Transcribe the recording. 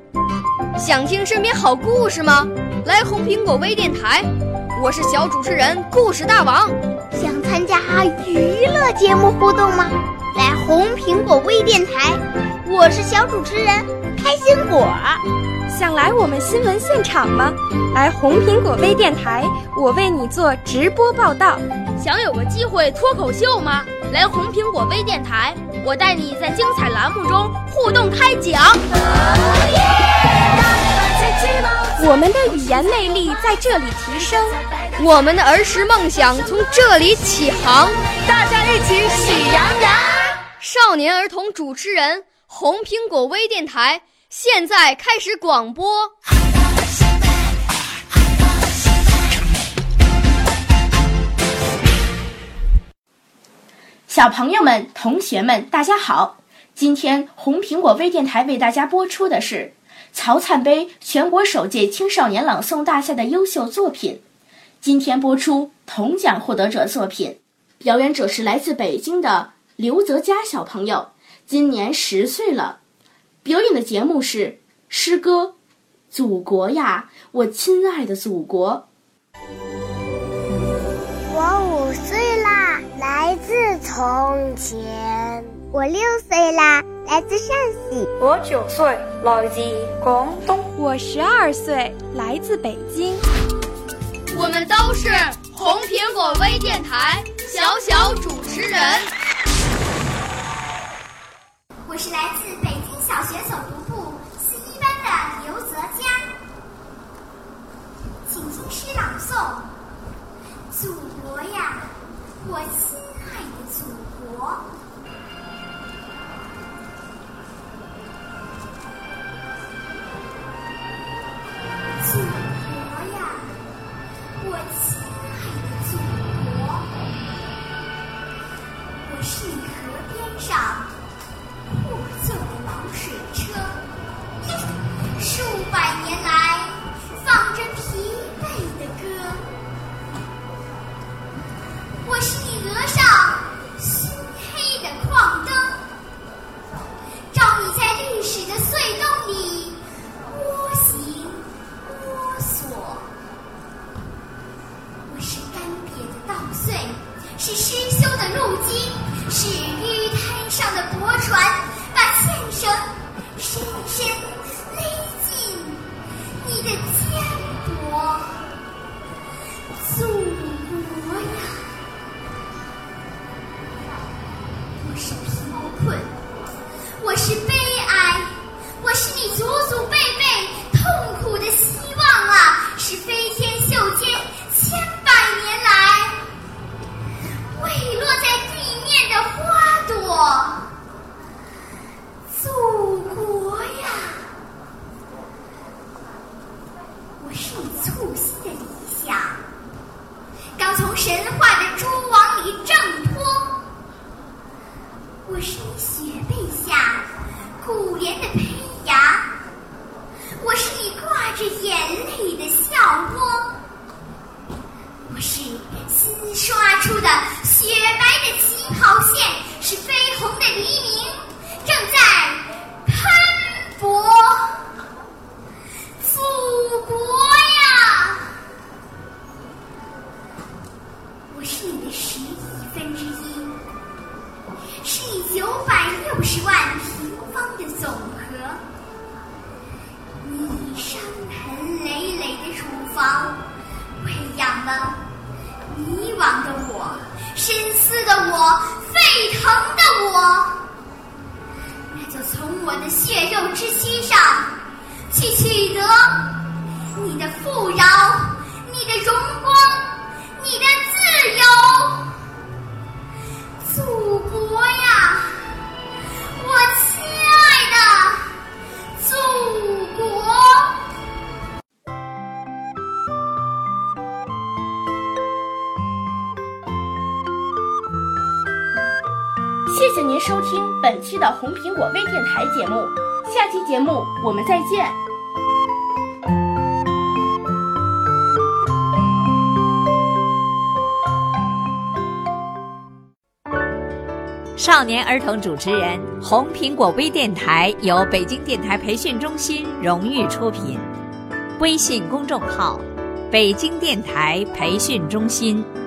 想听身边好故事吗？来红苹果微电台，我是小主持人故事大王。 想参加娱乐节目互动吗？来红苹果微电台，我是小主持人开心果。 想来我们新闻现场吗？来红苹果微电台，我为你做直播报道。 想有个机会脱口秀吗？来红苹果微电台，我带你在精彩栏目中互动开讲。 我们的语言魅力在这里提升， 我们的儿时梦想从这里起航。 大家一起喜羊羊。 少年儿童主持人，红苹果微电台现在开始广播。 小朋友们、同学们，大家好！今天红苹果微电台为大家播出的是曹灿杯全国首届青少年朗诵大赛的优秀作品。今天播出铜奖获得者作品，表演者是来自北京的刘泽佳小朋友，今年10岁了。表演的节目是诗歌《祖国呀，我亲爱的祖国》。 我5岁啦，来自从前。我6岁啦，来自陕西。 我9岁，来自广东。 我12岁，来自北京。 我们都是红苹果微电台小主持人。 我是来自北京小学走读部4-1班的刘泽佳，请听诗朗诵：祖国呀，我亲爱的祖国。祖国呀，我亲爱的祖国。我是你河边上破旧的老水车，数百年来放着疲惫的歌。我是你额上熏黑的矿灯，照你在历史的隧洞里蜗行摸索。我是干瘪的稻穗，是失修的路基，是淤滩上的驳船，把纤绳深深勒进你的肩膊。祖国呀，我是贫困，我是悲哀，我是你祖祖辈辈痛苦的希望啊，是飞天袖间千百年来未落在地面的花朵。祖国呀，我是你簇新的理想，刚从神话的蛛网里挣脱。我是你雪背下古莲的胚芽，我是你挂着眼泪的笑窝。我是新刷出的雪白的起跑线，是绯红的黎明正在喷薄。祖国呀，我是你的1/11，是你960万平方的总和。你以伤痕累累的乳房喂养了迷惘的我，深思的我，沸腾的我。那就从我的血肉之躯上去取得你的富饶，你的荣光，你的自由。祖国呀，我亲爱的祖国。 谢谢您收听本期的红苹果微电台节目，下期节目我们再见。 少年儿童主持人，红苹果微电台由北京电台培训中心荣誉出品，微信公众号：北京电台培训中心。